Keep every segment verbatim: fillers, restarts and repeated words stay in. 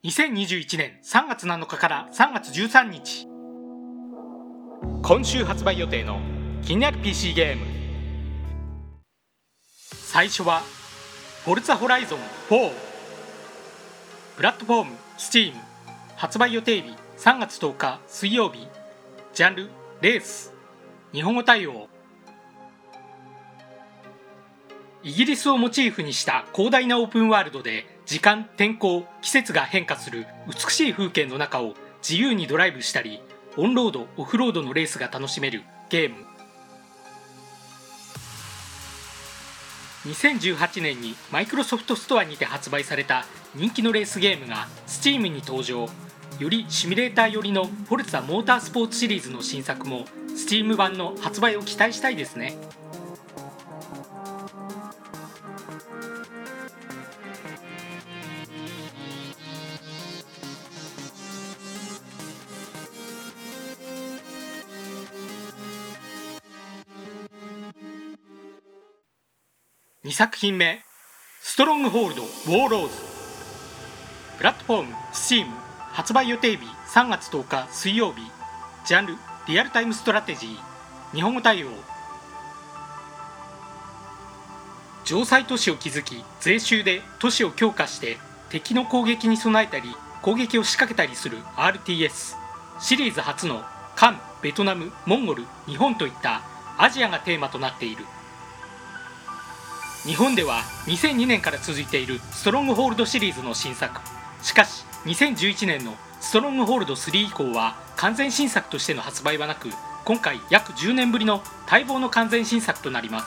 にせんにじゅういちねんさんがつなのかからさんがつじゅうさんにち、今週発売予定の気になる ピーシー ゲーム。最初はフォルツァホライゾンフォー。プラットフォーム Steam、 発売予定日さんがつとおか水曜日。ジャンルレース、日本語対応。イギリスをモチーフにした広大なオープンワールドで、時間、天候、季節が変化する美しい風景の中を自由にドライブしたり、オンロード、オフロードのレースが楽しめるゲーム。にせんじゅうはちねんにマイクロソフトストアにて発売された人気のレースゲームが Steam に登場。よりシミュレーター寄りのフォルツァモータースポーツシリーズの新作も Steam 版の発売を期待したいですね。にさく品目、ストロングホールドウォーローズ。プラットフォーム Steam、 発売予定日さんがつとおか水曜日。ジャンルリアルタイムストラテジー、日本語対応。城塞都市を築き、税収で都市を強化して敵の攻撃に備えたり攻撃を仕掛けたりする アールティーエス。 シリーズ初の韓、ベトナム、モンゴル、日本といったアジアがテーマとなっている。日本ではにせんにねんから続いているストロングホールドシリーズの新作。しかしにせんじゅういちねんのストロングホールドスリー以降は完全新作としての発売はなく、今回約じゅうねんぶりの待望の完全新作となります。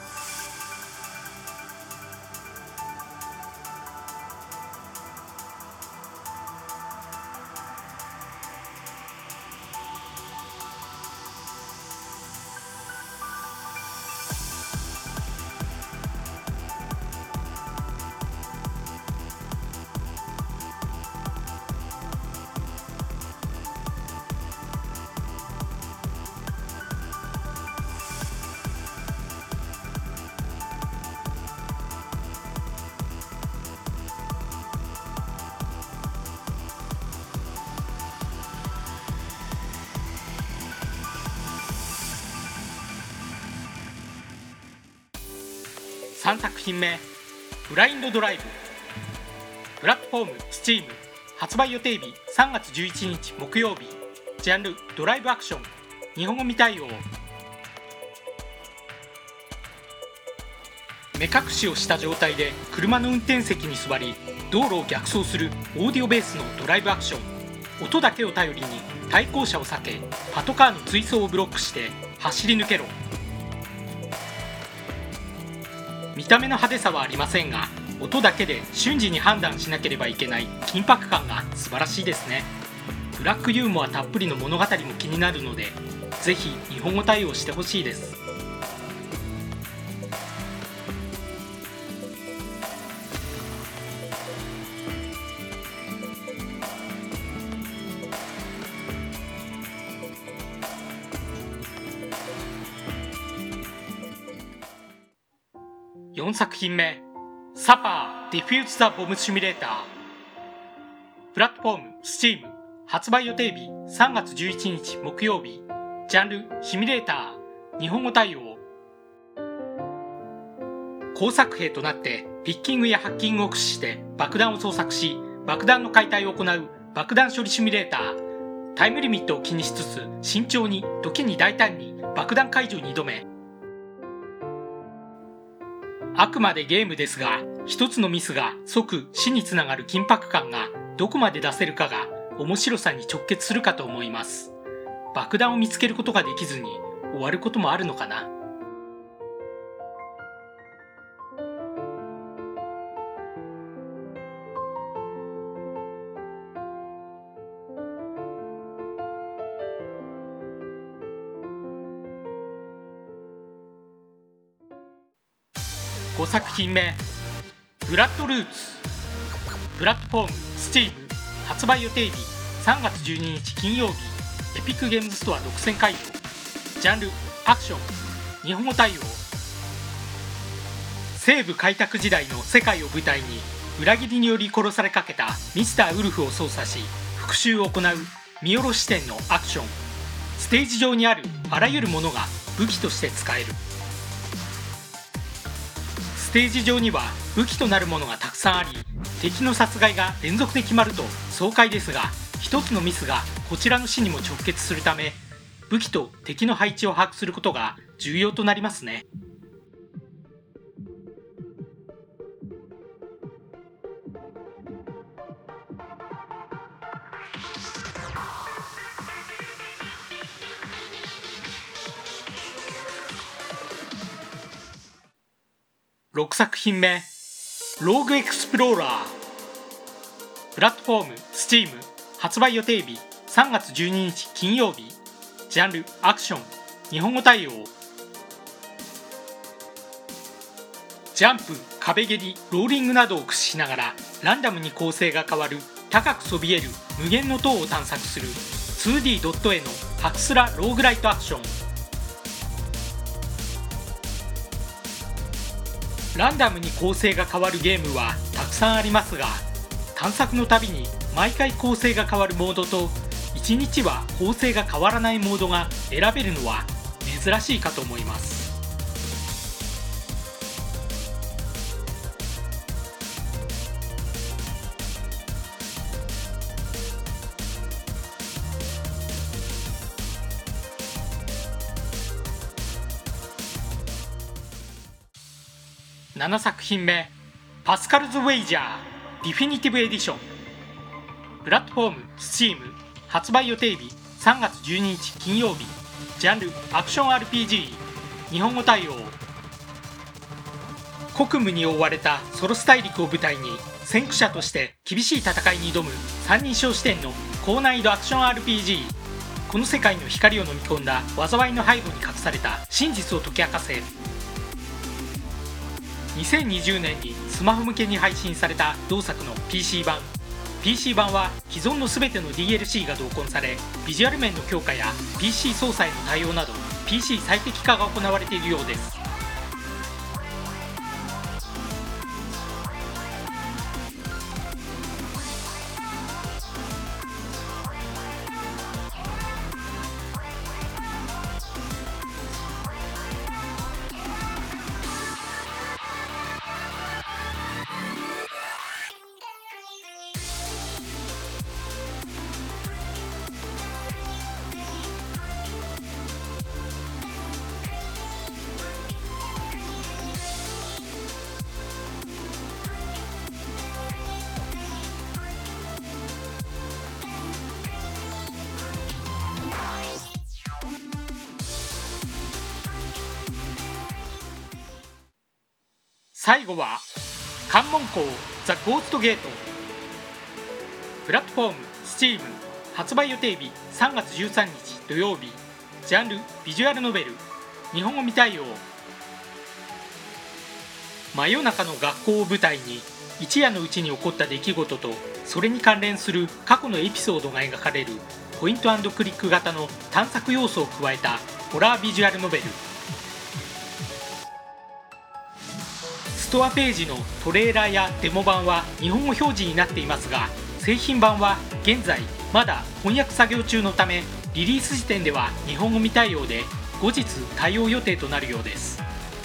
さんさく品目、ブラインドドライブ。プラットフォーム Steam、 発売予定日さんがつじゅういちにち木曜日。ジャンルドライブアクション、日本語未対応。目隠しをした状態で車の運転席に座り、道路を逆走するオーディオベースのドライブアクション。音だけを頼りに対向車を避け、パトカーの追走をブロックして走り抜けろ。見た目の派手さはありませんが、音だけで瞬時に判断しなければいけない緊迫感が素晴らしいですね。ブラックユーモアたっぷりの物語も気になるので、ぜひ日本語対応してほしいです。よんさく品目、サパーディフューズ・ザ・ボム・シミュレーター。プラットフォーム Steam、 発売予定日さんがつじゅういちにち木曜日。ジャンルシミュレーター、日本語対応。工作兵となってピッキングやハッキングを駆使して爆弾を操作し、爆弾の解体を行う爆弾処理シミュレーター。タイムリミットを気にしつつ慎重に、時に大胆に爆弾解除に挑め。あくまでゲームですが、一つのミスが即死につながる緊迫感がどこまで出せるかが面白さに直結するかと思います。爆弾を見つけることができずに終わることもあるのかな。ごさく品目、ブラッドルーツ。プラットフォーム Steam、 発売予定日さんがつじゅうににち金曜日。エピックゲームズストア独占開放。ジャンルアクション、日本語対応。西部開拓時代の世界を舞台に裏切りにより殺されかけたミスターウルフを操作し復讐を行う見下ろし点のアクション。ステージ上にあるあらゆるものが武器として使える。ステージ上には武器となるものがたくさんあり、敵の殺害が連続で決まると爽快ですが、一つのミスがこちらの死にも直結するため、武器と敵の配置を把握することが重要となりますね。ろくさく品目、ローグエクスプローラー。プラットフォーム Steam、 発売予定日さんがつじゅうににち金曜日。ジャンルアクション、日本語対応。ジャンプ、壁蹴り、ローリングなどを駆使しながらランダムに構成が変わる高くそびえる無限の塔を探索する ツーディー ドット絵のハクスラローグライトアクション。ランダムに構成が変わるゲームはたくさんありますが、探索のたびに毎回構成が変わるモードといちにちは構成が変わらないモードが選べるのは珍しいかと思います。ななさく品目、パスカルズ・ウェイジャーディフィニティブエディション。プラットフォーム Steam、 発売予定日さんがつじゅうににち金曜日。ジャンルアクション アールピージー、 日本語対応。国務に覆われたソロス大陸を舞台に先駆者として厳しい戦いに挑む三人称視点の高難易度アクション アールピージー。 この世界の光を飲み込んだ災いの背後に隠された真実を解き明かせ。にせんにじゅうねんにスマホ向けに配信された同作の ピーシー 版。 ピーシー 版は既存の全ての ディーエルシー が同梱され、ビジュアル面の強化や ピーシー 操作への対応など ピーシー 最適化が行われているようです。最後は関門校ザ・ゴーストゲート。プラットフォーム Steam、 発売予定日さんがつじゅうさんにち土曜日。ジャンルビジュアルノベル、日本語未対応。真夜中の学校を舞台に一夜のうちに起こった出来事とそれに関連する過去のエピソードが描かれるポイント&クリック型の探索要素を加えたホラービジュアルノベル。ストアページのトレーラーやデモ版は日本語表示になっていますが、製品版は現在まだ翻訳作業中のため、リリース時点では日本語未対応で後日対応予定となるようです。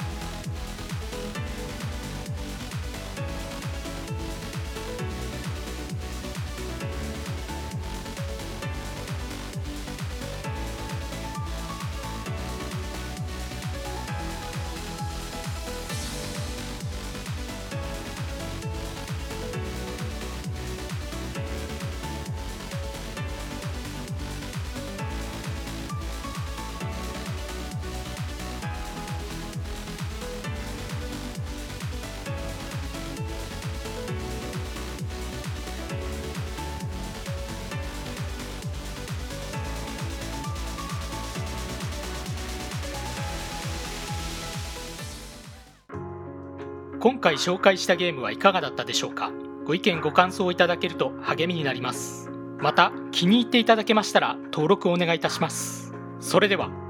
今回紹介したゲームはいかがだったでしょうか。ご意見ご感想をいただけると励みになります。また気に入っていただけましたら登録をお願いいたします。それでは。